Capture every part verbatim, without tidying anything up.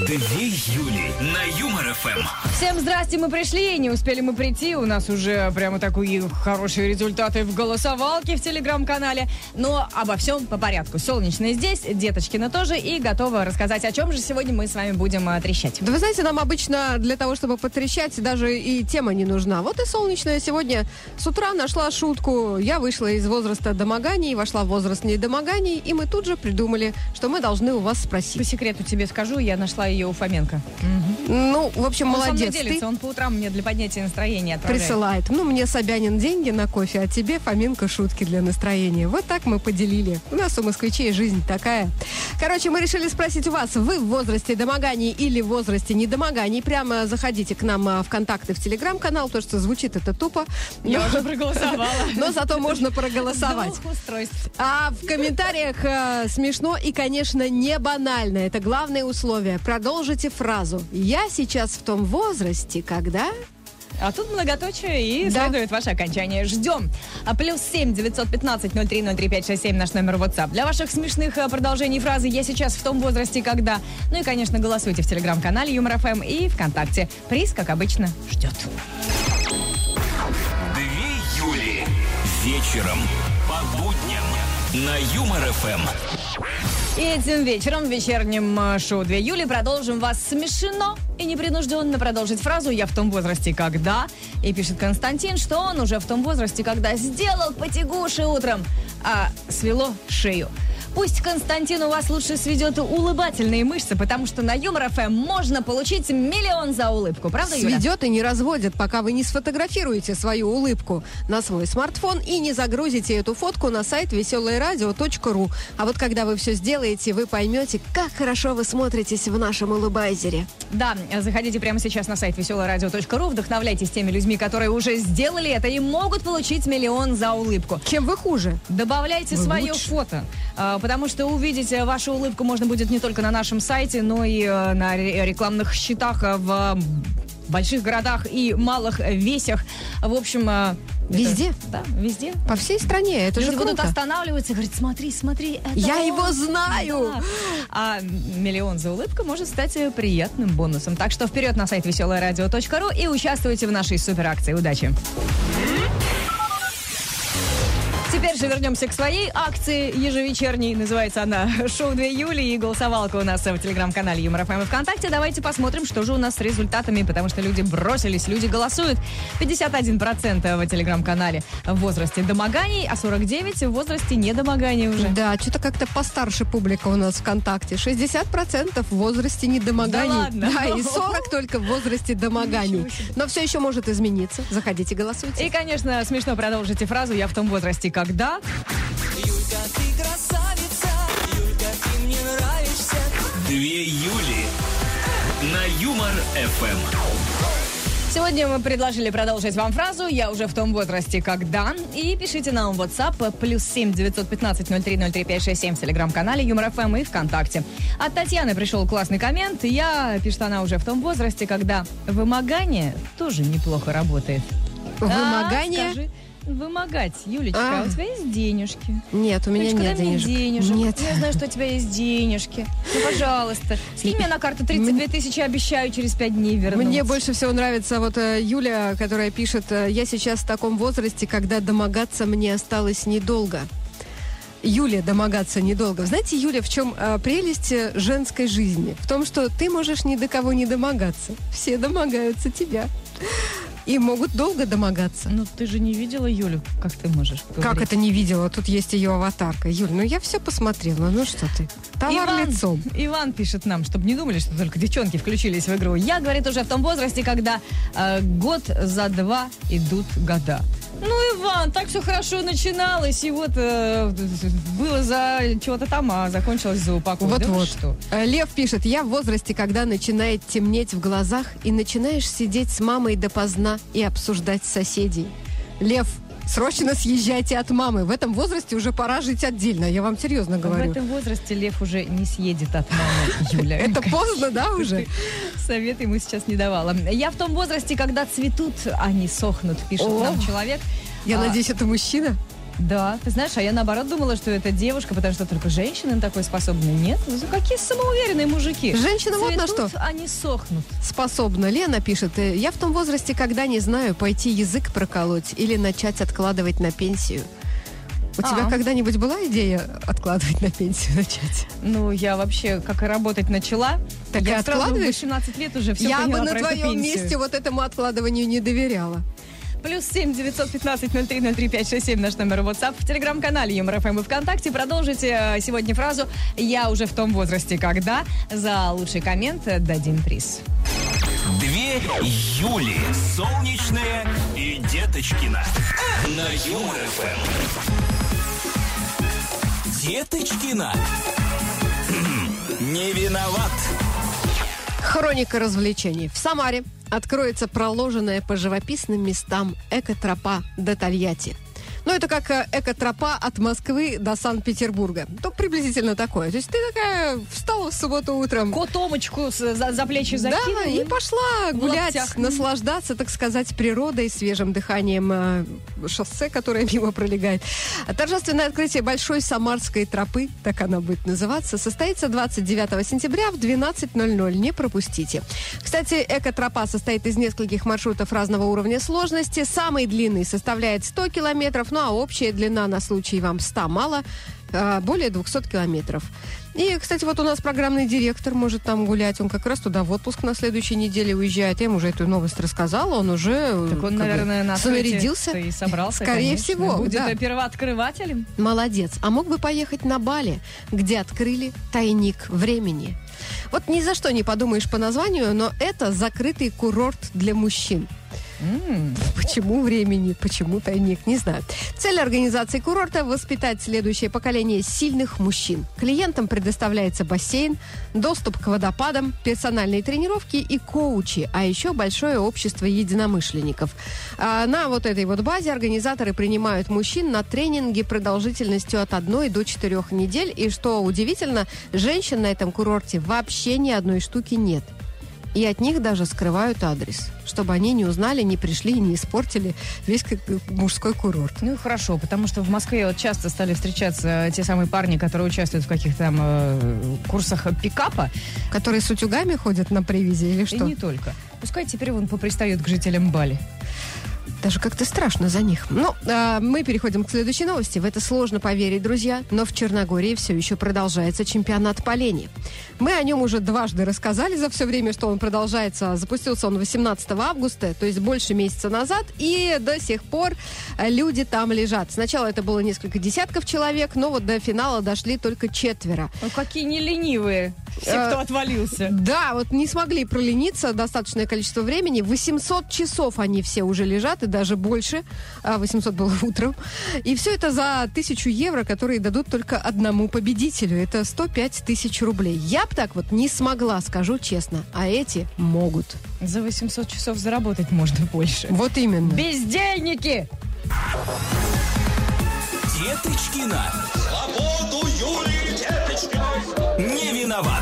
Две Юли на Юмор ФМ. Всем здрасте, мы пришли, не успели мы прийти. У нас уже прямо такие хорошие результаты в голосовалке в телеграм-канале. Но обо всем по порядку. Солнечная здесь, Деточкина тоже. И готова рассказать, о чем же сегодня мы с вами будем а, трещать. Да вы знаете, нам обычно для того, чтобы потрещать, даже и тема не нужна. Вот и солнечная сегодня с утра нашла шутку. Я вышла из возраста домоганий, вошла в возраст недомоганий. И мы тут же придумали, что мы должны у вас спросить. По секрету тебе скажу, я нашла ее у Фоменко. Угу. Ну, в общем, он молодец. Он со мной делится, ты он по утрам мне для поднятия настроения отправляет. Присылает. Ну, мне Собянин деньги на кофе, а тебе Фоменко шутки для настроения. Вот так мы поделили. У нас у москвичей жизнь такая. Короче, мы решили спросить у вас, вы в возрасте домоганий или в возрасте недомоганий? Прямо заходите к нам в контакты в телеграм-канал, потому что звучит это тупо. Я но... уже проголосовала. Но зато можно проголосовать. Двух устройств. А в комментариях э, смешно и, конечно, не банально. Это главное условие. Продолжите фразу. Я сейчас в том возрасте, когда... А тут многоточие и да. следует ваше окончание. Ждем. А плюс семь девятьсот пятнадцать ноль три ноль три пять шесть семь наш номер WhatsApp. Для ваших смешных продолжений фразы «Я сейчас в том возрасте, когда». Ну и, конечно, голосуйте в телеграм-канале Юмор ФМ и ВКонтакте. Приз, как обычно, ждет. Две Юли. Вечером по будням на Юмор ФМ. И этим вечером в вечернем шоу «две Юли» продолжим вас смешно и непринужденно продолжить фразу «Я в том возрасте, когда». И пишет Константин, что он уже в том возрасте, когда сделал потягуши утром, а свело шею. Пусть Константин у вас лучше сведет улыбательные мышцы, потому что на Юмор ФМ можно получить миллион за улыбку. Правда, Юля? Сведет и не разводит, пока вы не сфотографируете свою улыбку на свой смартфон и не загрузите эту фотку на сайт веселое радио точка ру. А вот когда вы все сделаете, вы поймете, как хорошо вы смотритесь в нашем улыбайзере. Да, заходите прямо сейчас на сайт веселое радио точка ру, вдохновляйтесь теми людьми, которые уже сделали это и могут получить миллион за улыбку. Чем вы хуже? Добавляйте вы свое лучше. фото. Потому что увидеть вашу улыбку можно будет не только на нашем сайте, но и на рекламных счетах в больших городах и малых весях. В общем... Везде? Это, да, везде. По всей стране. Это Люди же круто. будут останавливаться и говорить, смотри, смотри, это Я он. его знаю! Да. А миллион за улыбку может стать приятным бонусом. Так что вперед на сайт веселое радио точка ру и участвуйте в нашей суперакции. Удачи! Теперь же вернемся к своей акции ежевечерней. Называется она «Шоу две Юли». И голосовалка у нас в телеграм-канале Юмор ФМ и ВКонтакте. Давайте посмотрим, что же у нас с результатами, потому что люди бросились, люди голосуют. пятьдесят один процент в телеграм-канале в возрасте домоганий, а сорок девять процентов в возрасте недомоганий уже. Да, что-то как-то постарше публика у нас ВКонтакте. шестьдесят процентов в возрасте недомоганий. Да ладно? Да, и сорок процентов только в возрасте домоганий. Но все еще может измениться. Заходите, голосуйте. И, конечно, смешно продолжите фразу «Я в том возрасте, когда». Юлька, ты красавица, Юлька, ты мне нравишься. Две Юли на Юмор ФМ. Сегодня мы предложили продолжить вам фразу «Я уже в том возрасте, когда». И пишите нам в WhatsApp плюс семь девятьсот пятнадцать ноль три ноль три пять шесть семь в телеграм-канале Юмор ФМ и ВКонтакте. От Татьяны пришел классный коммент. Я, пишет она, уже в том возрасте, когда вымогание тоже неплохо работает. Вымогание? А, скажи, вымогать. Юлечка, А. у тебя есть денежки? Нет, у меня Юлечка, нет дай мне денежек. денежек. Нет. Я знаю, что у тебя есть денежки. Ну, пожалуйста. Скинь мне на карту тридцать две тысячи, обещаю, через пять дней вернуть. Мне больше всего нравится вот э, Юля, которая пишет: э, я сейчас в таком возрасте, когда домогаться мне осталось недолго. Юле домогаться недолго. Вы знаете, Юля, в чем э, прелесть э, женской жизни? В том, что ты можешь ни до кого не домогаться. Все домогаются тебя. И могут долго домогаться. Ну, ты же не видела Юлю, как ты можешь говорить? Как это не видела? Тут есть ее аватарка. Юль, ну я все посмотрела. Ну что ты? Товар Иван, лицом. Иван пишет нам, чтобы не думали, что только девчонки включились в игру. Я, говорит, уже в том возрасте, когда э, год за два идут года. Ну, Иван, так все хорошо начиналось, и вот э, было за чего-то там, а закончилось за упаковку. Вот-вот. Да что? Э, Лев пишет: я в возрасте, когда начинает темнеть в глазах, и начинаешь сидеть с мамой допоздна и обсуждать соседей. Лев, срочно съезжайте от мамы. В этом возрасте уже пора жить отдельно. Я вам серьезно говорю. В этом возрасте Лев уже не съедет от мамы, Юля. Это поздно, да, уже? Совет ему сейчас не давала. Я в том возрасте, когда цветут, а не сохнут, пишет О. нам человек. Я А, надеюсь, это мужчина? Да, ты знаешь, а я наоборот думала, что это девушка, потому что только женщины на такое способны. Нет, ну какие самоуверенные мужики. Женщины вот на Цветут, что они сохнут. способна. Лена пишет, «Э, я в том возрасте, когда не знаю, пойти язык проколоть или начать откладывать на пенсию. У А. тебя когда-нибудь была идея откладывать на пенсию начать? Ну, я вообще, как и работать начала, Так и я сразу в откладываешь? восемнадцать лет уже все Я бы поняла на про эту твоем пенсию. месте вот этому откладыванию не доверяла. Плюс семь девятьсот пятнадцать ноль три ноль три пять шесть семь наш номер WhatsApp. В телеграм-канале Юмор ФМ и ВКонтакте продолжите э, сегодня фразу «Я уже в том возрасте, когда». За лучший коммент э, дадим приз. Две Юли. Солнечная и Деточкина. На Юмор ФМ. Деточкина. Не виноват. Хроника развлечений. В Самаре откроется проложенная по живописным местам экотропа до Тольятти. Ну, это как э, экотропа от Москвы до Санкт-Петербурга. Только приблизительно такое. То есть ты такая встала в субботу утром. Котомочку с- за, за плечи закинула. Да, и пошла в гулять, лаптях. наслаждаться, так сказать, природой, свежим дыханием э, шоссе, которое мимо пролегает. Торжественное открытие Большой Самарской тропы, так она будет называться, состоится двадцать девятого сентября в двенадцать ноль ноль. Не пропустите. Кстати, экотропа состоит из нескольких маршрутов разного уровня сложности. Самый длинный составляет сто километров, ну а общая длина, на случай вам ста мало, э, более двухсот километров. И, кстати, вот у нас программный директор может там гулять. Он как раз туда в отпуск на следующей неделе уезжает. Я ему уже эту новость рассказала. Он уже Так он, как бы, наверное, на открытие снарядился. и собрался, Скорее конечно. всего, Будет да. первооткрывателем. Молодец. А мог бы поехать на Бали, где открыли тайник времени. Вот ни за что не подумаешь по названию, но это закрытый курорт для мужчин. М. Почему времени, почему тайник, не знаю. Цель организации курорта – воспитать следующее поколение сильных мужчин. Клиентам предоставляется бассейн, доступ к водопадам, персональные тренировки и коучи, а еще большое общество единомышленников. А на вот этой вот базе организаторы принимают мужчин на тренинги продолжительностью от одной до четырех недель. И что удивительно, женщин на этом курорте вообще ни одной штуки нет. И от них даже скрывают адрес, чтобы они не узнали, не пришли и не испортили весь как- мужской курорт. Ну, хорошо, потому что в Москве вот часто стали встречаться те самые парни, которые участвуют в каких-то там э, курсах пикапа. Которые с утюгами ходят на привязи или И что? не только. Пускай теперь он попристает к жителям Бали. Даже как-то страшно за них. Ну, а, мы переходим к следующей новости. В это сложно поверить, друзья, но в Черногории все еще продолжается чемпионат по лени. Мы о нем уже дважды рассказали за все время, что он продолжается. Запустился он восемнадцатого августа, то есть больше месяца назад, и до сих пор э, люди там лежат. Сначала это было несколько десятков человек, но вот до финала дошли только четверо. Ну, какие не ленивые все, Э, кто отвалился. Да, вот не смогли пролениться достаточное количество времени. восемьсот часов они все уже лежат, и даже больше. А восемьсот было утром. И все это за тысячу евро, которые дадут только одному победителю. Это сто пять тысяч рублей. Я бы так вот не смогла, скажу честно. А эти могут. За восемьсот часов заработать можно больше. Вот именно. Бездельники! Деточкина. Свободу Юлии Деточкиной. Не виноват.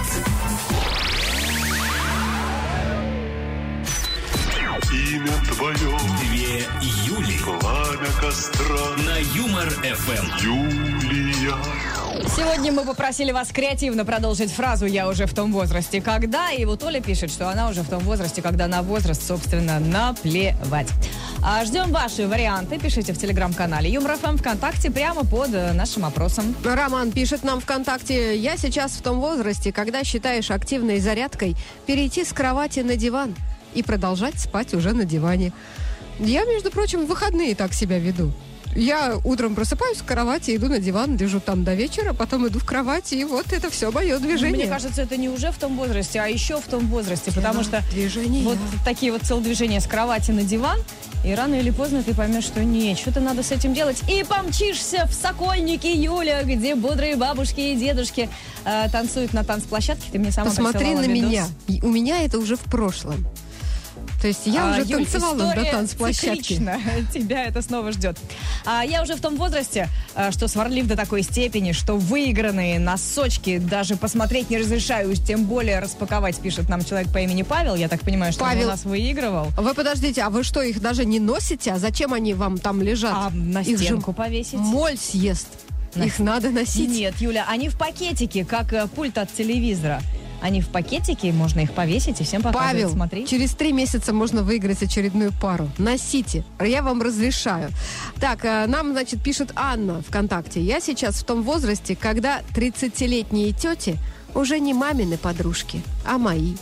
Имя твое, Две Юли. пламя костра, На Юмор ФМ. Юлия. Сегодня мы попросили вас креативно продолжить фразу «Я уже в том возрасте, когда». И вот Оля пишет, что она уже в том возрасте, когда на возраст, собственно, наплевать. А ждем ваши варианты. Пишите в телеграм-канале Юмор ФМ ВКонтакте прямо под э, нашим опросом. Роман пишет нам ВКонтакте: «Я сейчас в том возрасте, когда считаешь активной зарядкой перейти с кровати на диван и продолжать спать уже на диване». Я, между прочим, в выходные так себя веду. Я утром просыпаюсь в кровати, иду на диван, лежу там до вечера, потом иду в кровать, и вот это все мое движение. Мне кажется, это не уже в том возрасте, а еще в том возрасте, потому что движение. вот такие вот телодвижения с кровати на диван, и рано или поздно ты поймешь, что нет, что-то надо с этим делать, и помчишься в Сокольники, Юля, где бодрые бабушки и дедушки э, танцуют на танцплощадке. Ты мне сама Посмотри присылала на видос. меня. И у меня это уже в прошлом. То есть я А, уже Юль, танцевала на история танцплощадке. циклична. Тебя это снова ждет. А, я уже в том возрасте, а, что сварлив до такой степени, что выигранные носочки даже посмотреть не разрешаю, уж тем более распаковать, пишет нам человек по имени Павел. Я так понимаю, что он Павел. у нас выигрывал. Вы подождите, а вы что, их даже не носите? А зачем они вам там лежат? А на Их же стенку повесить? моль съест. На Их надо носить. Нет, Юля, они в пакетике, как э, пульт от телевизора. Они в пакетике, можно их повесить и всем показывать. Павел, Смотри. через три месяца можно выиграть очередную пару. Носите. Я вам разрешаю. Так, э, нам, значит, пишет Анна ВКонтакте. Я сейчас в том возрасте, когда тридцатилетние тети уже не мамины подружки, а мои.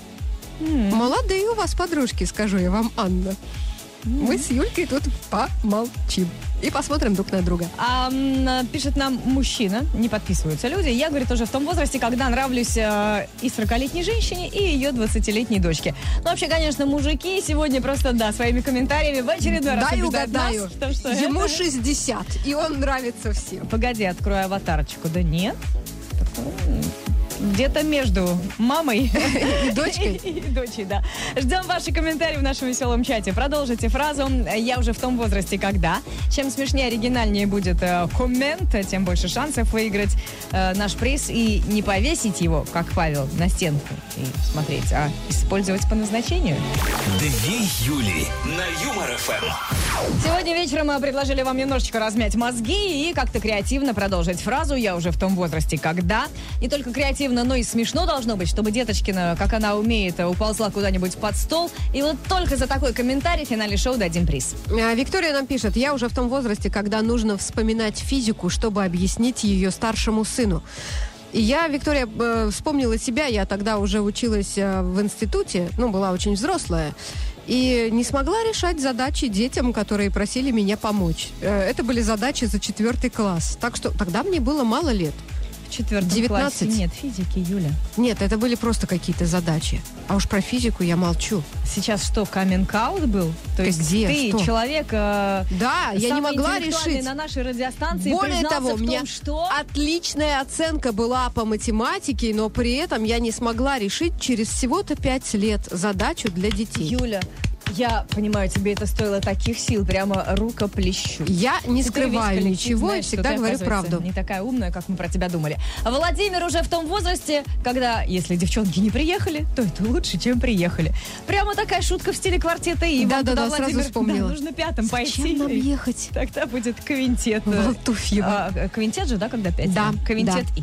М. Молодые у вас подружки, скажу я вам, Анна. Мы с Юлькой тут помолчим и посмотрим друг на друга. А, м, пишет нам мужчина, не подписываются люди. Я, говорит, уже в том возрасте, когда нравлюсь э, и сорокалетней женщине, и ее двадцатилетней дочке. Ну, вообще, конечно, мужики сегодня просто, да, своими комментариями в очередной раз Дай убеждают угадаю. нас в том, что Ему это- шестьдесят, и он нравится всем. Погоди, открою аватарочку. Да нет. Такой, где-то между мамой И дочкой. и дочей, да. Ждем ваши комментарии в нашем веселом чате. Продолжите фразу «Я уже в том возрасте, когда». Чем смешнее, оригинальнее будет э, коммент, тем больше шансов выиграть э, наш приз и не повесить его, как Павел, на стенку и смотреть, а использовать по назначению. Две Юли на Юмор ФМ. Сегодня вечером мы предложили вам немножечко размять мозги и как-то креативно продолжить фразу «Я уже в том возрасте, когда». Не только креативно, но и смешно должно быть, чтобы Деточкина, как она умеет, уползла куда-нибудь под стол. И вот только за такой комментарий в финале шоу дадим приз. А, Виктория нам пишет, я уже в том возрасте, когда нужно вспоминать физику, чтобы объяснить ее старшему сыну. И я, Виктория, э, вспомнила себя, я тогда уже училась э, в институте, ну, была очень взрослая, и не смогла решать задачи детям, которые просили меня помочь. Э, это были задачи за четвертый класс, так что тогда мне было мало лет. В четвертом девятнадцать. классе нет физики, Юля. Нет, это были просто какие-то задачи. А уж про физику я молчу. Сейчас что, каминг-аут был? То есть Где? ты, Что? человек, э, Да, я не самый могла интеллектуальный решить. на нашей радиостанции, Более признался того, у в меня том, что... отличная оценка была по математике, но при этом я не смогла решить через всего-то пять лет задачу для детей. Юля, я понимаю, тебе это стоило таких сил, прямо рукоплещу. Я не Теперь скрываю весь коллектив ничего знает, и что всегда ты, говорю оказывается, правду. не такая умная, как мы про тебя думали. Владимир уже в том возрасте, когда, если девчонки не приехали, то это лучше, чем приехали. Прямо такая шутка в стиле квартета И. Да-да-да, Туда, сразу Владимир, вспомнила. да, нужно пятым пойти. Зачем нам ехать? Тогда будет квинтет. В Алтуфьево. А, квинтет же, да, когда пять? Да, Квинтет да. И.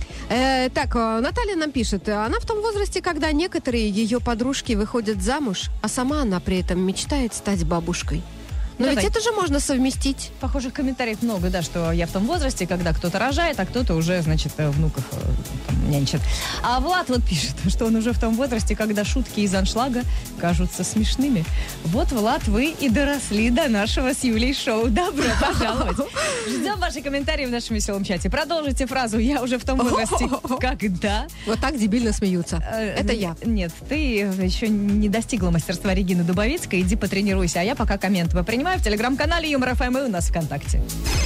Э, так, э, Наталья нам пишет, она в том возрасте, когда некоторые ее подружки выходят замуж, а сама она при этом мечтает стать бабушкой. Но Давай. ведь это же можно совместить. Похожих комментариев много, да, что я в том возрасте, когда кто-то рожает, а кто-то уже, значит, э, внуков э, там, нянчит. А Влад вот пишет, что он уже в том возрасте, когда шутки из аншлага кажутся смешными. Вот, Влад, вы и доросли до нашего с Юлей шоу. Добро пожаловать. Ждем ваши комментарии в нашем веселом чате. Продолжите фразу «Я уже в том возрасте, когда». Вот так дебильно смеются. Э, Это я. Нет, ты еще не достигла мастерства Регины Дубовицкой. Иди потренируйся, а я пока коммент принимаю в телеграм-канале Юмор ФМ и у нас ВКонтакте.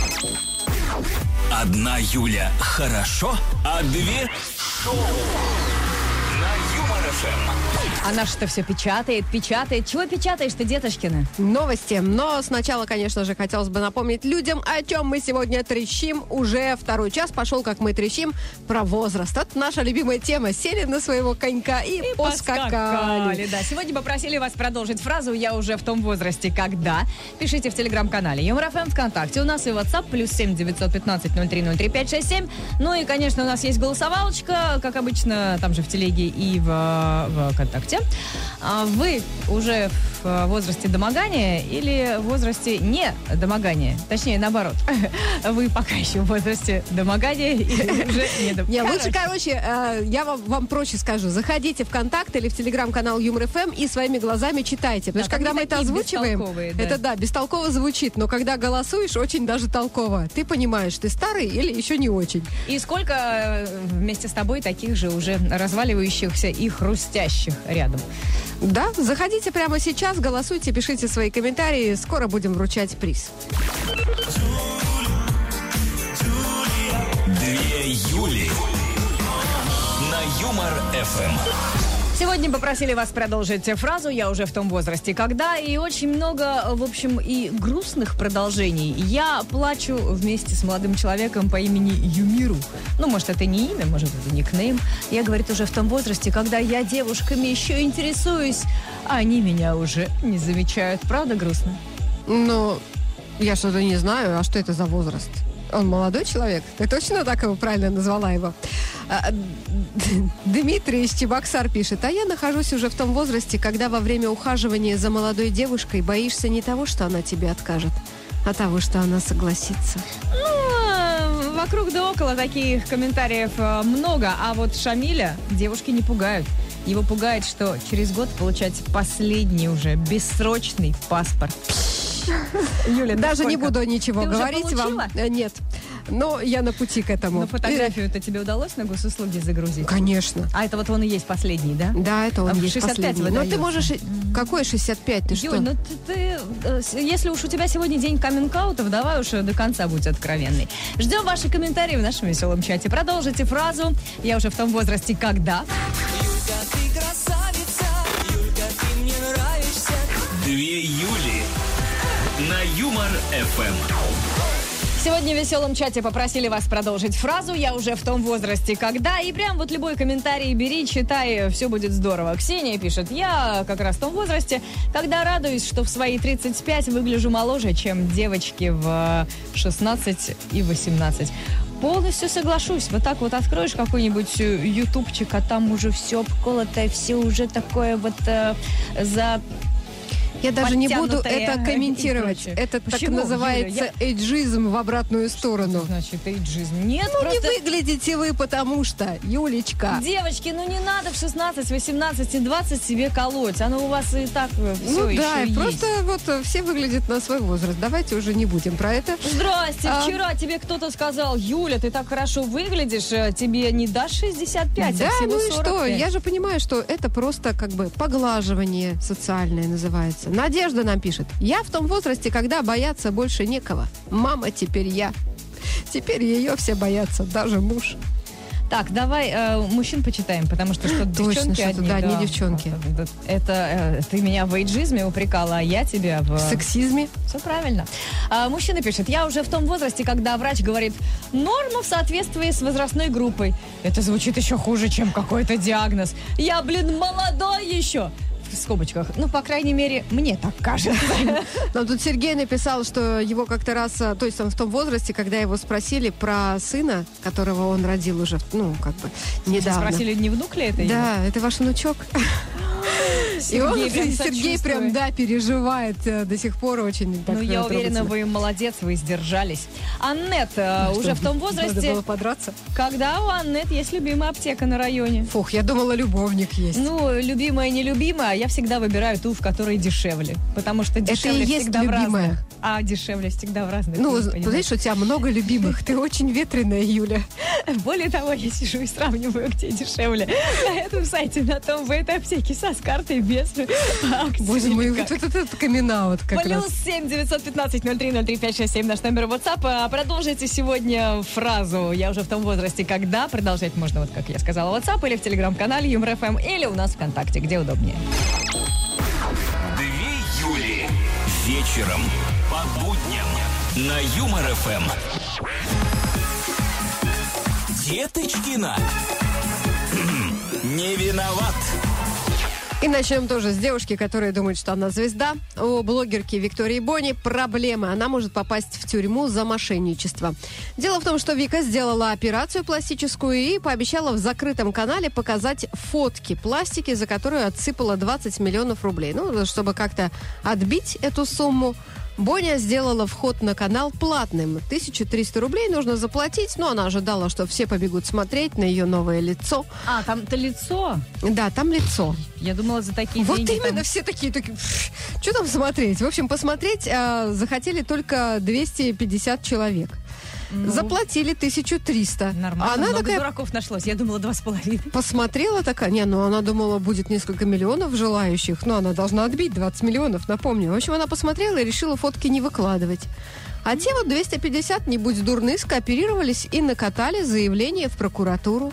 Одна Юля хорошо, а две шоу на Юмор ФМ. А наш-то все печатает, печатает. Чего печатаешь-то, Деточкина? Новости. Но сначала, конечно же, хотелось бы напомнить людям, о чем мы сегодня трещим. Уже второй час пошел, как мы трещим про возраст. Это наша любимая тема. Сели на своего конька и, И поскакали. поскакали, да. Сегодня попросили вас продолжить фразу «Я уже в том возрасте, когда». Пишите в телеграм-канале Юмор ФМ ВКонтакте. У нас и WhatsApp плюс семь девятьсот пятнадцать ноль три ноль три пять шесть семь. Ну и, конечно, у нас есть голосовалочка, как обычно, там же в телеге и в, в ВКонтакте. А вы уже в возрасте домогания или в возрасте не домогания? Точнее, наоборот. Вы пока еще в возрасте домогания или уже не домогания? Не, лучше, короче, э, я вам, вам проще скажу. Заходите в ВКонтакте или в телеграм-канал Юмор ФМ и своими глазами читайте. Потому Да, что там когда не мы это такие озвучиваем, бестолковые, да. это да, бестолково звучит, но когда голосуешь, очень даже толково. Ты понимаешь, ты старый или еще не очень. И сколько э, вместе с тобой таких же уже разваливающихся и хрустящих рядом? Да, заходите прямо сейчас, голосуйте, пишите свои комментарии. Скоро будем вручать приз. Две Юли на Юмор ФМ. Сегодня попросили вас продолжить фразу «Я уже в том возрасте, когда». И очень много, в общем, и грустных продолжений. Я плачу вместе с молодым человеком по имени Юмиру. Ну, может, это не имя, может, это никнейм. Я, говорит, уже в том возрасте, когда я девушками еще интересуюсь, а они меня уже не замечают. Правда грустно? Ну, я что-то не знаю, а что это за возраст? Он молодой человек? Ты точно так его правильно назвала его? А, Дмитрий из Чебоксар пишет: а я нахожусь уже в том возрасте, когда во время ухаживания за молодой девушкой боишься не того, что она тебе откажет, а того, что она согласится. Ну, вокруг да около таких комментариев много, а вот Шамиля девушки не пугают. Его пугает, что через год получать последний уже бессрочный паспорт. Юля, даже не буду ничего Ты говорить уже вам. Нет. Но я на пути к этому. Но фотографию-то тебе удалось на госуслуги загрузить? Конечно. А это вот он и есть последний, да? Да, это он А в есть шестьдесят пять последний. Но ты выдается. можешь... Какой шестьдесят пять? Ты Юль, что? ну ты, ты, если уж у тебя сегодня день каминг-аутов, давай уж до конца будь откровенной. Ждем ваши комментарии в нашем веселом чате. Продолжите фразу «Я уже в том возрасте, когда». Юлька, ты красавица, Юлька, ты мне нравишься. Две Юли на Юмор-эф эм. Сегодня в веселом чате попросили вас продолжить фразу «Я уже в том возрасте, когда». И прям вот любой комментарий бери, читай, все будет здорово. Ксения пишет: «Я как раз в том возрасте, когда радуюсь, что в свои тридцать пять выгляжу моложе, чем девочки в шестнадцать и восемнадцать». Полностью соглашусь. Вот так вот откроешь какой-нибудь ютубчик, а там уже все обколотое, все уже такое вот э, за... Я даже не буду подтянутые это комментировать. и прочее. Это так Почему, называется Юля? эйджизм в обратную сторону. Значит, эйджизм. Нет, Ну, просто... не выглядите вы, потому что, Юлечка. Девочки, ну не надо в шестнадцать, восемнадцать и двадцать себе колоть. Оно у вас и так все Ну еще да, есть. просто вот э, все выглядят на свой возраст. Давайте уже не будем про это. Здрасте, А? вчера тебе кто-то сказал: Юля, ты так хорошо выглядишь, э, тебе не дашь шестьдесят пять, Да, а всего ну и сорок что? пять. Я же понимаю, что это просто как бы поглаживание социальное называется. Надежда нам пишет: я в том возрасте, когда бояться больше некого. Мама теперь я. Теперь ее все боятся, даже муж. Так, давай э, мужчин почитаем, потому что что Точно, девчонки что-то, одни, да, не девчонки. Это, это, э, ты меня в эйджизме упрекала, а я тебя в... В сексизме. Все правильно. А, мужчина пишет: я уже в том возрасте, когда врач говорит норма в соответствии с возрастной группой. Это звучит еще хуже, чем какой-то диагноз. Я, блин, молодой еще. В скобочках. Ну, по крайней мере, мне так кажется. Но тут Сергей написал, что его как-то раз, то есть он в том возрасте, когда его спросили про сына, которого он родил уже, ну, как бы, недавно. Спросили, не внук ли это? Да, это ваш внучок. И он, Сергей прям Сергей прям, сочувствует. да, переживает э, до сих пор очень. Так, Ну, я э, уверена, трогательно. вы молодец, вы сдержались. Аннет э, Ну, уже что, в том Надо возрасте, было подраться? когда у Аннет есть любимая аптека на районе. Фух, я думала, любовник есть. Ну, любимая, нелюбимая, я всегда выбираю ту, в которой дешевле. Потому что дешевле и есть всегда в любимая. разных. А дешевле всегда в разных. Ну, вы з- понимаете. знаешь, у тебя много любимых. Ты очень ветреная, Юля. Более того, я сижу и сравниваю, где дешевле. На этом сайте, на том, в этой аптеке со с картой без акции. Боже мой, никак. вот этот камин-аут как Плюс раз. семь девятьсот пятнадцать ноль три ноль три пять шесть семь наш номер WhatsApp. А Продолжите сегодня фразу «Я уже в том возрасте, когда». Продолжать можно, вот как я сказала, в WhatsApp или в телеграм-канале Юмор-ФМ, или у нас ВКонтакте, где удобнее. Две Юли вечером по будням на Юмор-эф эм. Деточкина. Не виноват. И начнем тоже с девушки, которая думает, что она звезда. У блогерки Виктории Бони проблемы. Она может попасть в тюрьму за мошенничество. Дело в том, что Вика сделала операцию пластическую и пообещала в закрытом канале показать фотки пластики, за которую отсыпала двадцать миллионов рублей. Ну, чтобы как-то отбить эту сумму, Боня сделала вход на канал платным. тысячу триста рублей нужно заплатить, но она ожидала, что все побегут смотреть на ее новое лицо. А, там-то лицо. Да, там лицо. Я думала, за такие Вот деньги именно, там- все такие, такие, что там смотреть? В общем, посмотреть а, захотели только двести пятьдесят человек. Ну, Заплатили тысячу триста. Нормально, А она много такая дураков нашлось. Я думала, два с половиной. посмотрела такая, не, ну она думала, будет несколько миллионов желающих, но она должна отбить двадцать миллионов, напомню. В общем, она посмотрела и решила фотки не выкладывать. А те вот двести пятьдесят, не будь дурны, скооперировались и накатали заявление в прокуратуру.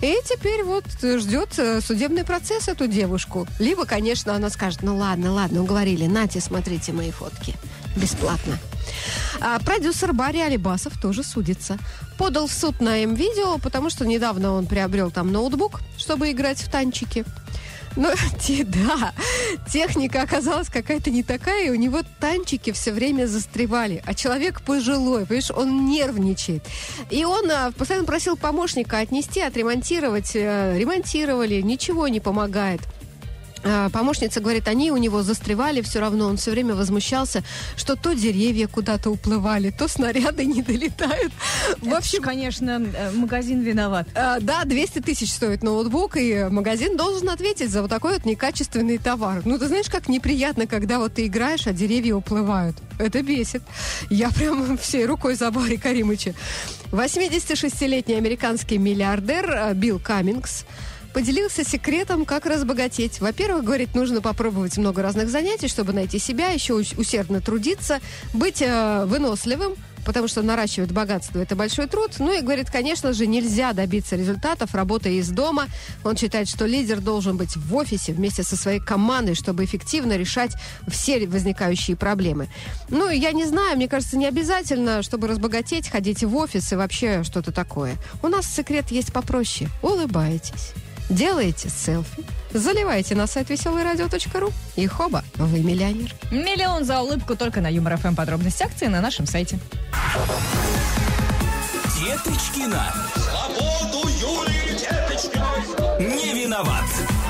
И теперь вот ждет э, судебный процесс эту девушку. Либо, конечно, она скажет, ну ладно, ладно, уговорили, нате, смотрите мои фотки. Бесплатно. А продюсер Барри Алибасов тоже судится. Подал в суд на М-видео, потому что недавно он приобрел там ноутбук, чтобы играть в танчики. Но, те, да, техника оказалась какая-то не такая, и у него танчики все время застревали. А человек пожилой, понимаешь, он нервничает. И он а, постоянно просил помощника отнести, отремонтировать. А, ремонтировали, ничего не помогает. Помощница говорит, они у него застревали все равно. Он все время возмущался, что то деревья куда-то уплывали, то снаряды не долетают. В общем, это, конечно, магазин виноват. Да, двести тысяч стоит ноутбук, и магазин должен ответить за вот такой вот некачественный товар. Ну, ты знаешь, как неприятно, когда вот ты играешь, а деревья уплывают. Это бесит. Я прям всей рукой за Барри Каримыча. восьмидесятишестилетний американский миллиардер Билл Каммингс поделился секретом, как разбогатеть. Во-первых, говорит, нужно попробовать много разных занятий, чтобы найти себя, еще усердно трудиться, быть э, выносливым, потому что наращивать богатство – это большой труд. Ну и, говорит, конечно же, нельзя добиться результатов, работая из дома. Он считает, что лидер должен быть в офисе вместе со своей командой, чтобы эффективно решать все возникающие проблемы. Ну, я не знаю, мне кажется, не обязательно, чтобы разбогатеть, ходить в офис и вообще что-то такое. У нас секрет есть попроще. Улыбайтесь. Делаете селфи, заливайте на сайт веселый радио точка ру и хоба, вы миллионер. Миллион за улыбку только на Юмор ФМ. Подробности акции на нашем сайте. Деточкина. Свободу Юлии Деточкиной. Не виноват.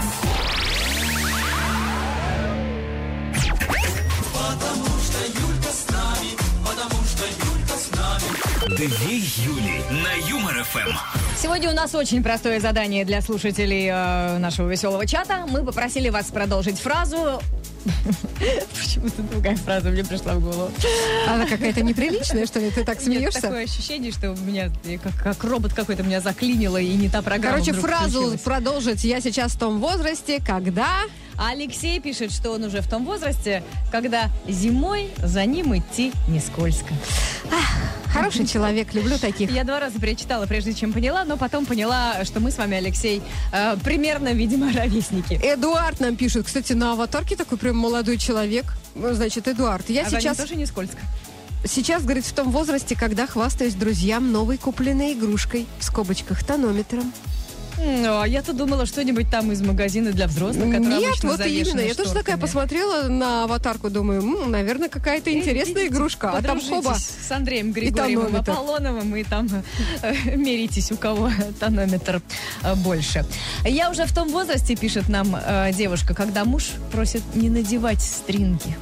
Потому что Юлька с нами, потому что Юлька с нами. Две Юли на Юмор ФМ. Сегодня у нас очень простое задание для слушателей э, нашего веселого чата. Мы попросили вас продолжить фразу. Почему-то другая фраза мне пришла в голову. Она какая-то неприличная, что ли? Ты так смеешься? Нет, такое ощущение, что у меня как, как робот какой-то меня заклинило, и не та программа. Короче, фразу включилась. Продолжить. Я сейчас в том возрасте, когда... Алексей пишет, что он уже в том возрасте, когда зимой за ним идти не скользко. Ах, хороший человек, люблю таких. Я два раза перечитала, прежде чем поняла, но потом поняла, что мы с вами, Алексей, э, примерно, видимо, ровесники. Эдуард нам пишет, кстати, на аватарке такой прям молодой человек. Значит, Эдуард, я а сейчас... тоже не скользко. Сейчас, говорит, в том возрасте, когда хвастаюсь друзьям новой купленной игрушкой, в скобочках, тонометром. Ну, а я-то думала, что-нибудь там из магазина для взрослых, который Нет, обычно вот именно. Я тоже такая посмотрела на аватарку, думаю, м, наверное, какая-то интересная Идите, игрушка. А там хоба. с Андреем Григорьевым Аполлоновым и там э, меритесь, у кого тонометр э, больше. Я уже в том возрасте, пишет нам э, девушка, когда муж просит не надевать стринги.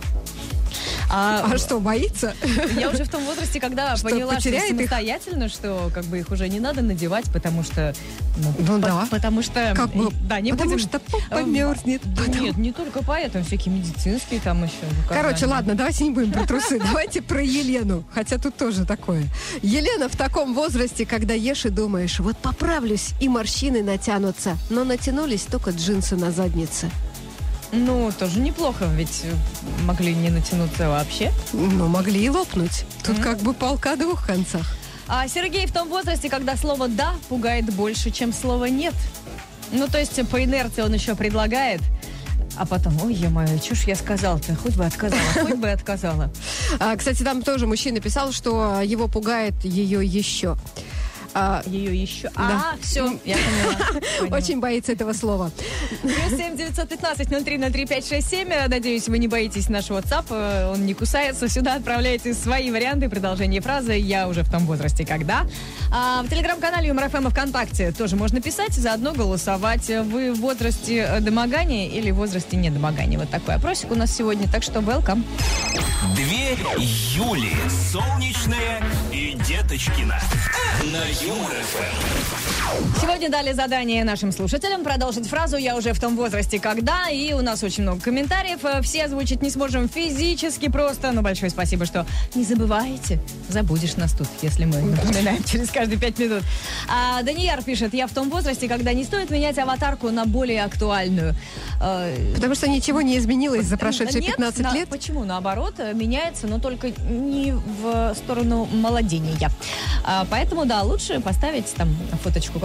А, а что, боится? Я уже в том возрасте, когда что, поняла, что самостоятельно, их? что как бы их уже не надо надевать, потому что... Ну, ну по- да. Потому что... Как бы, да, не потому будем, что попа мерзнет. Да Потому... Нет, не только поэтому, всякие медицинские там еще. Короче, ладно, давайте не будем про трусы. Давайте про Елену. Хотя тут тоже такое. Елена в таком возрасте, когда ешь и думаешь, вот поправлюсь, и морщины натянутся. Но натянулись только джинсы на заднице. Ну, тоже неплохо, ведь могли не натянуться вообще. Ну, могли и лопнуть. Тут Mm. как бы палка о двух концах. А Сергей в том возрасте, когда слово «да» пугает больше, чем слово «нет». Ну, то есть по инерции он еще предлагает, а потом, ой, е-мое, что ж я сказал-то, хоть бы отказала, хоть бы отказала. А, кстати, там тоже мужчина писал, что его пугает ее еще. А, Ее еще. Да. А, все, я поняла. поняла. Очень боится этого слова. Плюс семь девятьсот пятнадцать ноль три ноль три пять шесть семь. Надеюсь, вы не боитесь нашего WhatsApp. Он не кусается. Сюда отправляйте свои варианты, продолжение фразы «Я уже в том возрасте, когда». А в телеграм-канале Юмор ФМ и ВКонтакте тоже можно писать, заодно голосовать. Вы в возрасте домогания или в возрасте недомогания? Вот такой опросик у нас сегодня, так что welcome. Две Юли. Солнечная и Деточкина. На Юмор ФМ. Сегодня дали задание нашим слушателям продолжить фразу «Я уже в том возрасте, когда». И у нас очень много комментариев. Все озвучить не сможем физически просто. Но большое спасибо, что не забывайте. Забудешь нас тут, если мы напоминаем через каждые пять минут. А Данияр пишет: «Я в том возрасте, когда не стоит менять аватарку на более актуальную». Потому что ничего не изменилось за прошедшие Нет, пятнадцать на- лет. Почему? Наоборот, меняется, но только не в сторону молодения. А, поэтому, да, лучше поставить там фоточку какую-нибудь.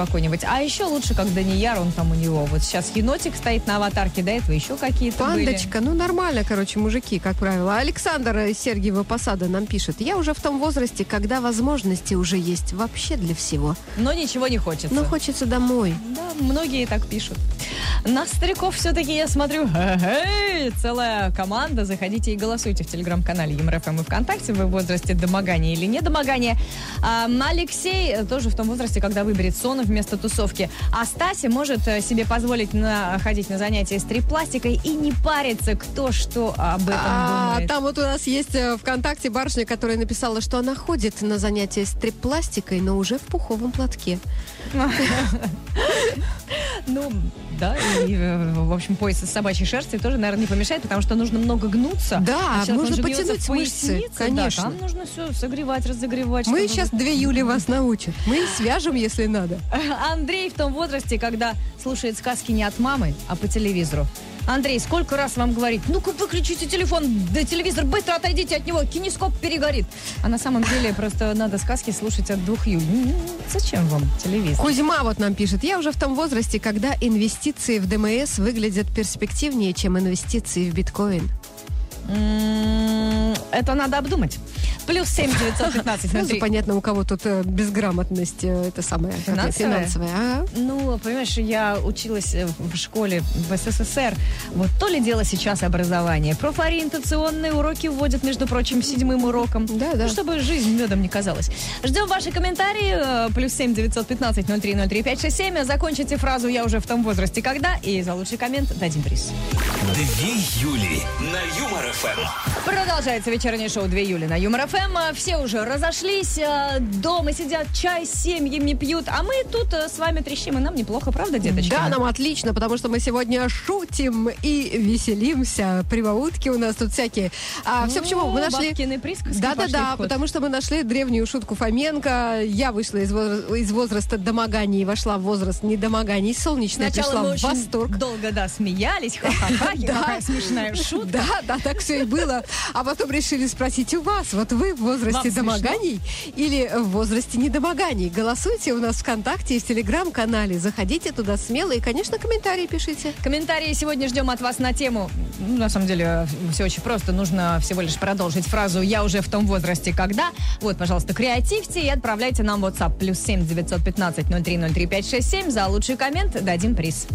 А еще лучше, как Данияр, он там у него. Вот сейчас енотик стоит на аватарке, до этого еще какие-то Пандочка, ну нормально, короче, мужики, как правило. Александр из Сергиева Посада нам пишет. Я уже в том возрасте, когда возможности уже есть вообще для всего. были. Но ничего не хочется. Но хочется домой. Да, многие так пишут. На стариков все-таки, я смотрю, хе-хей, целая команда. Заходите и голосуйте в телеграм-канале ЮморФМ и ВКонтакте. Вы в возрасте домогания или недомогания. А, Алексей тоже в том возрасте, когда выберет сон вместо тусовки. А Стася может себе позволить на, ходить на занятия стрип-пластикой и не париться, кто что об этом А, думает. там вот у нас есть э, ВКонтакте барышня, которая написала, что она ходит на занятия стрип-пластикой, но уже в пуховом платке. Ну, да, и, э, в общем, пояс из собачьей шерсти тоже, наверное, не помешает, потому что нужно много гнуться. Да, А человек, нужно он же гнется потянуть в мышцы, пояснице, конечно. Да, там нужно все согревать, разогревать. Мы чтобы- сейчас две Юли вас научат. Мы и свяжем, если надо. Андрей в том возрасте, когда слушает сказки не от мамы, а по телевизору. Андрей, сколько раз вам говорить, ну-ка выключите телефон, да телевизор, быстро отойдите от него, кинескоп перегорит. А на самом деле просто надо сказки слушать от двух Юль. Ну, зачем вам телевизор? Кузьма вот нам пишет. Я уже в том возрасте, когда инвестиции в ДМС выглядят перспективнее, чем инвестиции в биткоин. М, Это надо обдумать. Плюс семь девятьсот пятнадцать Сразу внутри. понятно, у кого тут э, безграмотность, э, это самое, как это, Финансовая? финансовая. Ага. Ну, понимаешь, я училась э, в школе в СССР. Вот то ли дело сейчас образование. Профориентационные уроки вводят, между прочим, седьмым уроком. Да, да. Ну, чтобы жизнь медом не казалась. Ждем ваши комментарии. Э, Плюс семь девятьсот пятнадцать ноль три ноль три пять шесть семь. Закончите фразу «Я уже в том возрасте, когда». И за лучший коммент дадим приз. Две Юли на Юмор-ФМ. Продолжается вечернее шоу «Две Юли» на Юмор ФМ. Все уже разошлись, э, дома сидят, чай с семьями пьют, а мы тут э, с вами трещим, и нам неплохо, правда, деточки? Да, нам отлично, потому что мы сегодня шутим и веселимся. Прибаутки у нас тут всякие. А, все почему? Мы нашли... Бабкины присказки Да, да, пошли в да, ход. потому что мы нашли древнюю шутку Фоменко. Я вышла из, возра- из возраста домоганий и вошла в возраст недомоганий. Солнечная Сначала пришла мы в очень восторг. долго, да, смеялись, ха-ха-ха, какая смешная шутка. Да, да, так все и было. А потом решили спросить у вас, вот вы в возрасте Вам домоганий или в возрасте недомоганий? Голосуйте у нас ВКонтакте и в Телеграм-канале. Заходите туда смело и, конечно, комментарии пишите. Комментарии сегодня ждем от вас на тему. Ну, на самом деле, все очень просто. Нужно всего лишь продолжить фразу «Я уже в том возрасте, когда». Вот, пожалуйста, креативьте и отправляйте нам в WhatsApp. Плюс семь девятьсот пятнадцать ноль три ноль три пять шесть семь. За лучший коммент дадим приз.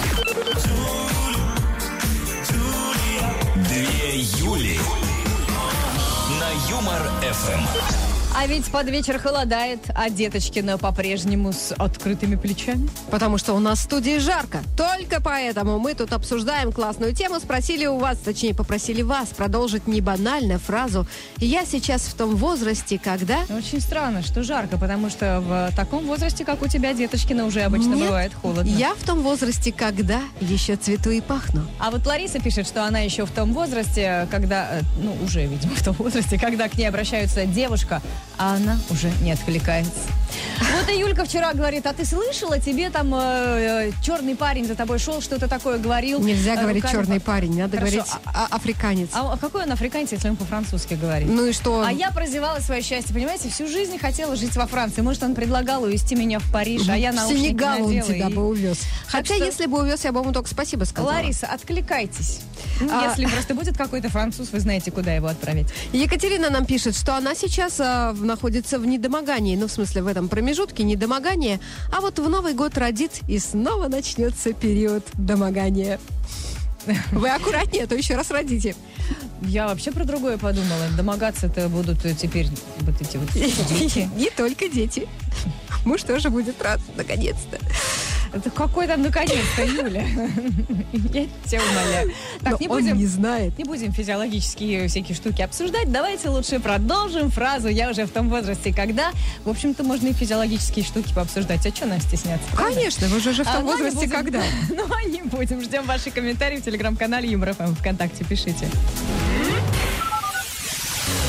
Две Юли на Юмор-ФМ. А ведь под вечер холодает, а Деточкина по-прежнему с открытыми плечами. Потому что у нас в студии жарко. Только поэтому мы тут обсуждаем классную тему. Спросили у вас, точнее, попросили вас продолжить не банально фразу «Я сейчас в том возрасте, когда...» Очень странно, что жарко, потому что в таком возрасте, как у тебя, Деточкина, уже обычно Нет, бывает холодно. Я в том возрасте, когда еще цвету и пахну. А вот Лариса пишет, что она еще в том возрасте, когда, э, ну, уже, видимо, в том возрасте, когда к ней обращается девушка, а она уже не откликается. Вот и Юлька вчера говорит, а ты слышала, тебе там э, э, черный парень за тобой шел, что-то такое говорил. Нельзя э, говорить руками черный по- парень, надо Хорошо, говорить а- а- африканец. А, а какой он африканец, если он по-французски говорит? Ну и что? А я прозевала свое счастье, понимаете, всю жизнь хотела жить во Франции. Может, он предлагал увезти меня в Париж, а я в наушники Сенегал он надела тебя и- бы увез. Хотя, что- если бы увез, я бы ему только спасибо сказала. Лариса, откликайтесь. Ну, А- Если просто будет какой-то француз, вы знаете, куда его отправить. Екатерина нам пишет, что она сейчас а, находится в недомогании, ну, в смысле, в этом промежутке недомогания, а вот в Новый год родит, и снова начнется период домогания. Вы аккуратнее, а то еще раз родите. Я вообще про другое подумала. Домогаться-то будут э, теперь вот эти вот дети. Не только дети. Муж тоже будет рад, наконец-то. Это какой там наконец-то, Юля? Я тебя умоляю. Но Так, не он будем... не знает. Не будем физиологические всякие штуки обсуждать. Давайте лучше продолжим фразу «Я уже в том возрасте, когда». В общем-то, можно и физиологические штуки пообсуждать. А что нам стесняться? правда? Конечно, вы же уже в А, том ну, не возрасте, будем. когда. Ну, а не будем. Ждем ваши комментарии в телеграм-канале Юмор ФМ. ВКонтакте пишите.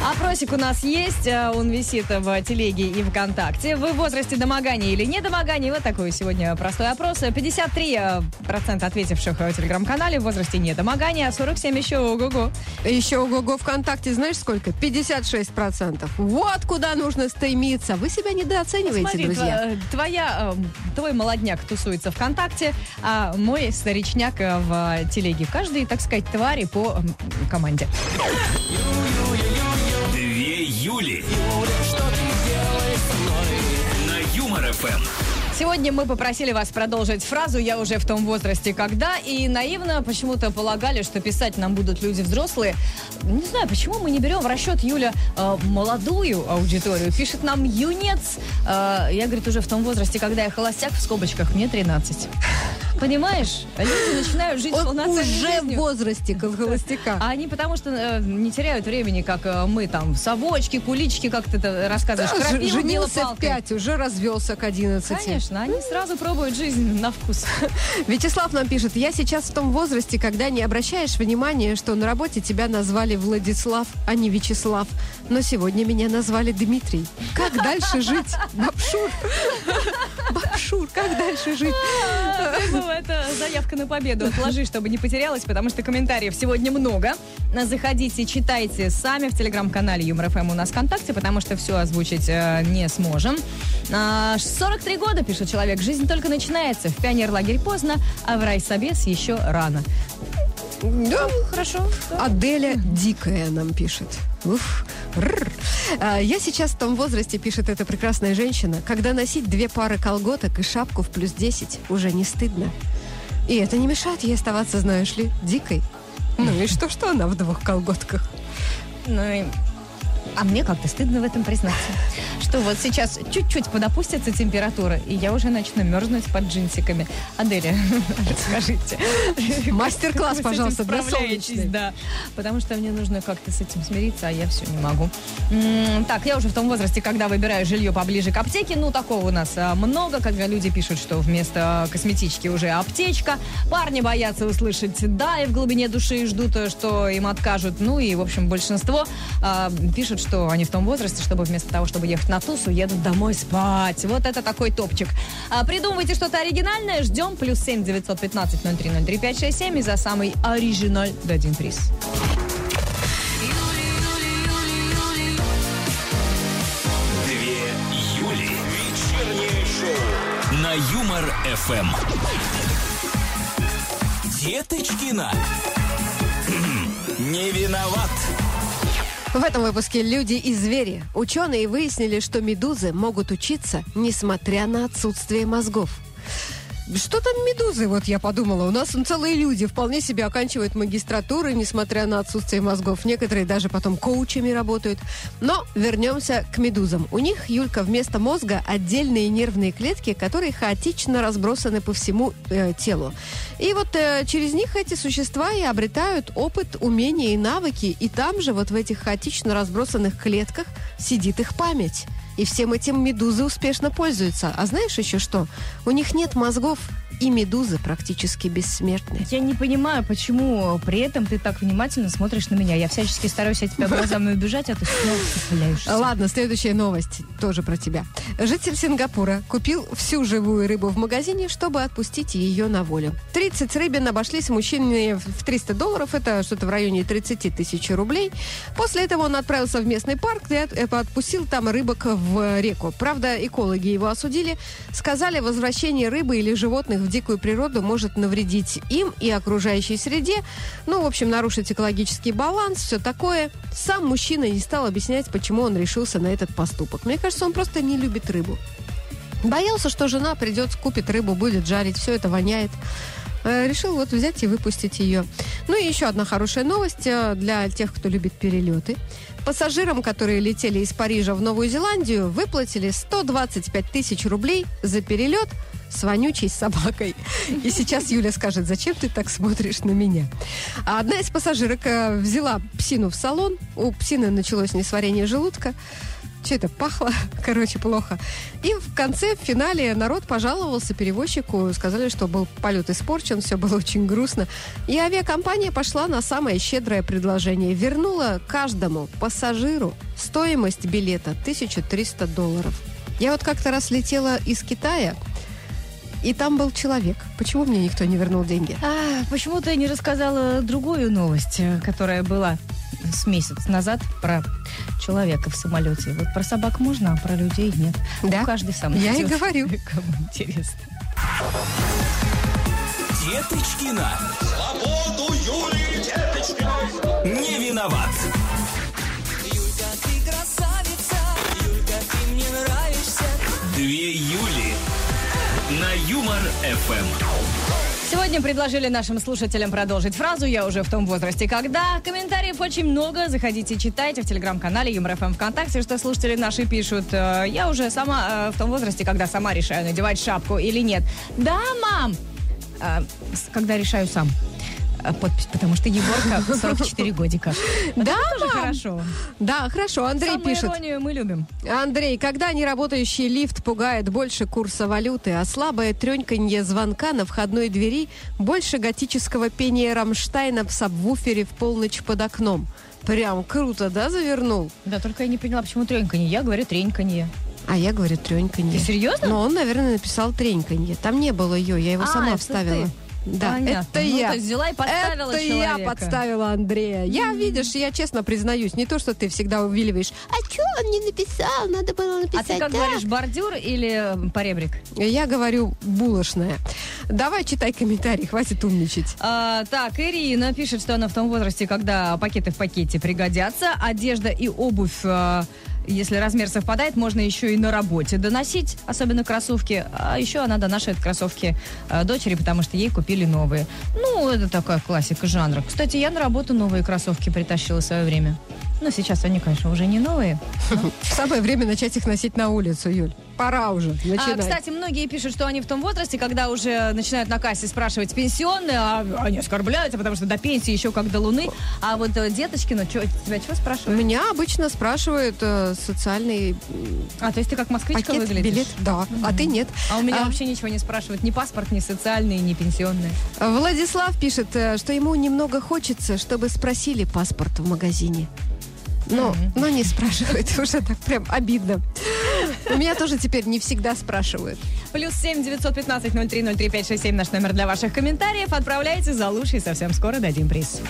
Опросик у нас есть, а, он висит в телеге и ВКонтакте. Вы в возрасте домогания или недомогания? Вот такой сегодня простой опрос. пятьдесят три процента ответивших в телеграм-канале в возрасте недомогания, а сорок семь процентов еще ого-го. Еще ого-го ВКонтакте, знаешь сколько? пятьдесят шесть процентов. Вот куда нужно стремиться. Вы себя недооцениваете, Смотри, друзья. тва- твоя, э, твой молодняк тусуется ВКонтакте, а мой старичняк э, в телеге. Каждый, так сказать, твари по м, команде. Две Юли. На Юмор эф эм. Сегодня мы попросили вас продолжить фразу «Я уже в том возрасте, когда», и наивно почему-то полагали, что писать нам будут люди взрослые. Не знаю, почему мы не берем в расчет, Юля, э, молодую аудиторию. Пишет нам юнец. Э, я, говорит, уже в том возрасте, когда я холостяк, в скобочках, мне тринадцать. Понимаешь? Люди начинают жить Он полноценной уже в жизнью. возрасте холостяка. А они потому что э, не теряют времени, как э, мы там, совочки, кулички, как ты это рассказываешь. Да, крапиву женился в белопалкой. пять, уже развелся к одиннадцати. Конечно, они сразу пробуют жизнь на вкус. Вячеслав нам пишет: я сейчас в том возрасте, когда не обращаешь внимания, что на работе тебя назвали Владислав, а не Вячеслав. Но сегодня меня назвали Дмитрий. Как дальше жить? Бабшур. Бабшур, как дальше жить? Это заявка на победу. Отложи, чтобы не потерялась, потому что комментариев сегодня много. Заходите, читайте сами в телеграм-канале Юмор эф эм у нас ВКонтакте, потому что все озвучить э, не сможем. А, сорок три года, пишет человек, жизнь только начинается. В пионерлагерь поздно, а в райсобес еще рано. Да, Хорошо. Аделя Дикая нам пишет. Уф. Ррр. А, я сейчас в том возрасте, пишет эта прекрасная женщина, когда носить две пары колготок и шапку в плюс десять уже не стыдно. И это не мешает ей оставаться, знаешь ли, дикой. Ну и что, что она в двух колготках? Ну и... А мне как-то стыдно в этом признаться. Что вот сейчас чуть-чуть подопустится температура, и я уже начну мерзнуть под джинсиками. Аделя, расскажите. Мастер-класс, как вы с этим пожалуйста, для справляетесь? солнечной. Да, потому что мне нужно как-то с этим смириться, а я все не могу. М, Так, я уже в том возрасте, когда выбираю жилье поближе к аптеке. Ну, такого у нас а, много, когда люди пишут, что вместо косметички уже аптечка. Парни боятся услышать «да» и в глубине души ждут, что им откажут. Ну и, в общем, большинство а, пишут, что они в том возрасте, чтобы вместо того, чтобы ехать на тусу, едут домой спать. Вот это такой топчик. А, придумывайте что-то оригинальное. Ждем. Плюс семь девятьсот пятнадцать ноль три ноль три пять шесть семь. И за самый оригинал дадим приз. Две Юли. Вечернее шоу на Юмор эф эм. Деточкина. Не виноват. В этом выпуске «Люди и звери». Ученые выяснили, что медузы могут учиться, несмотря на отсутствие мозгов. Что там медузы, вот я подумала. У нас целые люди вполне себе оканчивают магистратуры, несмотря на отсутствие мозгов. Некоторые даже потом коучами работают. Но вернемся к медузам. У них, Юлька, вместо мозга отдельные нервные клетки, которые хаотично разбросаны по всему э, телу. И вот э, через них эти существа и обретают опыт, умения и навыки. И там же, вот в этих хаотично разбросанных клетках, сидит их память. И всем этим медузы успешно пользуются. А знаешь еще что? У них нет мозгов, и медузы практически бессмертны. Я не понимаю, почему при этом ты так внимательно смотришь на меня. Я всячески стараюсь от тебя глазами убежать, а ты снова цепляешься. Ладно, следующая новость тоже про тебя. Житель Сингапура купил всю живую рыбу в магазине, чтобы отпустить ее на волю. тридцать рыбин обошлись мужчине в триста долларов, это что-то в районе тридцать тысяч рублей. После этого он отправился в местный парк и отпустил там рыбок в реку. Правда, экологи его осудили, сказали, возвращение рыбы или животных в дикую природу может навредить им и окружающей среде. Ну, в общем, нарушить экологический баланс, все такое. Сам мужчина не стал объяснять, почему он решился на этот поступок. Мне кажется, он просто не любит рыбу. Боялся, что жена придет, купит рыбу, будет жарить, все это воняет. Решил вот взять и выпустить ее. Ну и еще одна хорошая новость для тех, кто любит перелеты. Пассажирам, которые летели из Парижа в Новую Зеландию, выплатили сто двадцать пять тысяч рублей за перелет с вонючей собакой. И сейчас Юля скажет, зачем ты так смотришь на меня? А одна из пассажирок взяла псину в салон. У псины началось несварение желудка. Что это, пахло? Короче, плохо. И в конце, в финале, народ пожаловался перевозчику. Сказали, что был полет испорчен, все было очень грустно. И авиакомпания пошла на самое щедрое предложение. Вернула каждому пассажиру стоимость билета тысяча триста долларов. Я вот как-то раз летела из Китая, и там был человек. Почему мне никто не вернул деньги? А, почему ты не рассказала другую новость, которая была с месяц назад про человека в самолете? Вот про собак можно, а про людей нет. Да? Ну, каждый сам. Я и найдет, говорю. Кому интересно. Деточкина. Свободу Юлии Деточкиной. Не виноват. Юлька, ты красавица, Юлька, ты мне нравишься. Две Юли на Юмор эф эм. Сегодня предложили нашим слушателям продолжить фразу «Я уже в том возрасте, когда». Комментариев очень много. Заходите, читайте в телеграм-канале Юмор эф эм ВКонтакте, что слушатели наши пишут. э, «Я уже сама э, в том возрасте, когда сама решаю, надевать шапку или нет». Да, мам! Э, с- когда решаю сам. Э, Подпись, потому что Егорка сорок четыре годика. Вот Да, это тоже мам? хорошо. Да, хорошо, Андрей Самую пишет. иронию мы любим. Андрей, когда неработающий лифт пугает больше курса валюты, а слабое треньканье звонка на входной двери больше готического пения Рамштайна в сабвуфере в полночь под окном. Прям круто, да, завернул? Да, только я не поняла, почему треньканье. Я говорю треньканье. А я говорю треньканье. Ты серьезно? Но он, наверное, написал треньканье. Там не было ее, я его А, сама это вставила. ты. Да, Понятно. это Ну, я. то есть взяла и подставила это человека. я подставила Андрея. Я, видишь, я честно признаюсь, не то, что ты всегда увиливаешь. А что он не написал? Надо было А написать ты как так. говоришь, бордюр или э, поребрик? Я говорю булочная. Давай читай комментарий, хватит умничать. А, так, Ирина пишет, что она в том возрасте, когда пакеты в пакете пригодятся. Одежда и обувь, а, если размер совпадает, можно еще и на работе доносить, особенно кроссовки. А еще она донашивает кроссовки а, дочери, потому что ей купили новые. Ну, это такая классика жанра. Кстати, я на работу новые кроссовки притащила в свое время. Ну, сейчас они, конечно, уже не новые. Самое время начать их носить на улицу, Юль. Пора уже А, начинать. кстати, многие пишут, что они в том возрасте, когда уже начинают на кассе спрашивать пенсионные, а они оскорбляются, потому что до пенсии еще как до луны. А вот э, деточки, ну, чё, тебя что спрашивают? Меня обычно спрашивают э, социальный А, то есть ты как москвичка пакет, выглядишь? билет. Да, а ты нет. А у меня А, вообще ничего не спрашивают. Ни паспорт, ни социальный, ни пенсионный. Владислав пишет, э, что ему немного хочется, чтобы спросили паспорт в магазине. Но, но не спрашивают, уже так прям обидно. У меня тоже теперь не всегда спрашивают. Плюс семь девятьсот пятнадцать ноль три ноль три пять шесть семь наш номер для ваших комментариев. Отправляйте за лучший, совсем скоро дадим приз.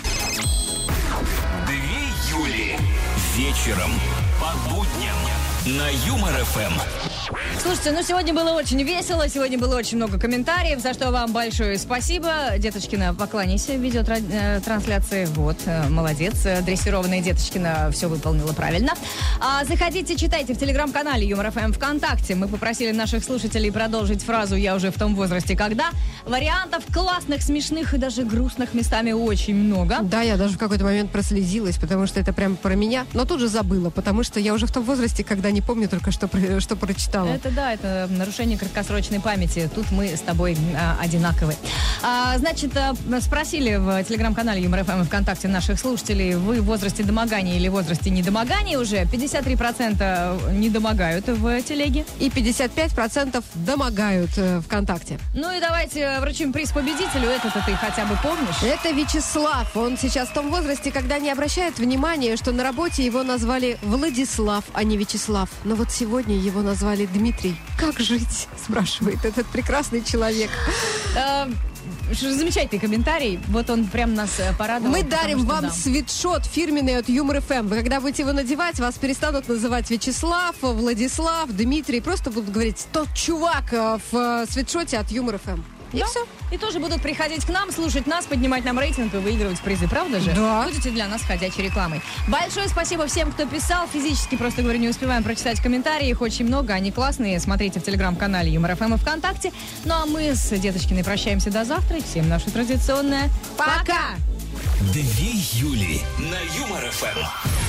Две Юли вечером по будням на Юмор эф эм. Слушайте, ну сегодня было очень весело, сегодня было очень много комментариев, за что вам большое спасибо. Деточкина, поклонись в видеотрансляции. Вот, э, молодец. Э, Дрессированная Деточкина все выполнила правильно. А, заходите, читайте в телеграм-канале Юмор эф эм ВКонтакте. Мы попросили наших слушателей продолжить фразу «Я уже в том возрасте, когда». Вариантов классных, смешных и даже грустных местами очень много. Да, я даже в какой-то момент прослезилась, потому что это прям про меня. Но тут же забыла, потому что я уже в том возрасте, когда не помню только, что, про- что прочитала. Это да, это нарушение краткосрочной памяти. Тут мы с тобой а, одинаковы. А, значит, а, спросили в телеграм-канале Юмор эф эм и ВКонтакте наших слушателей, вы в возрасте домогания или в возрасте недомогания уже? пятьдесят три процента недомогают в телеге. И пятьдесят пять процентов домогают э, ВКонтакте. Ну и давайте вручим приз победителю. Это-то ты хотя бы помнишь? Это Вячеслав. Он сейчас в том возрасте, когда не обращает внимания, что на работе его назвали Владислав, а не Вячеслав. Но вот сегодня его назвали Дмитрий. Как жить? Спрашивает этот прекрасный человек. А, ш- замечательный комментарий. Вот он прям нас э, порадовал. Мы потому дарим что вам да. свитшот фирменный от Юмор эф эм. Вы когда будете его надевать, вас перестанут называть Вячеслав, Владислав, Дмитрий. Просто будут говорить «тот чувак э, в э, свитшоте от Юмор эф эм». И Да. все. И тоже будут приходить к нам, слушать нас, поднимать нам рейтинг и выигрывать призы, правда же? Да. Будете для нас ходячей рекламой. Большое спасибо всем, кто писал. Физически, просто говорю, не успеваем прочитать комментарии. Их очень много, они классные. Смотрите в телеграм-канале Юмор эф эм и ВКонтакте. Ну а мы с Деточкиной прощаемся до завтра. И всем наше традиционное Пока! Две Юли на Юмор эф эм.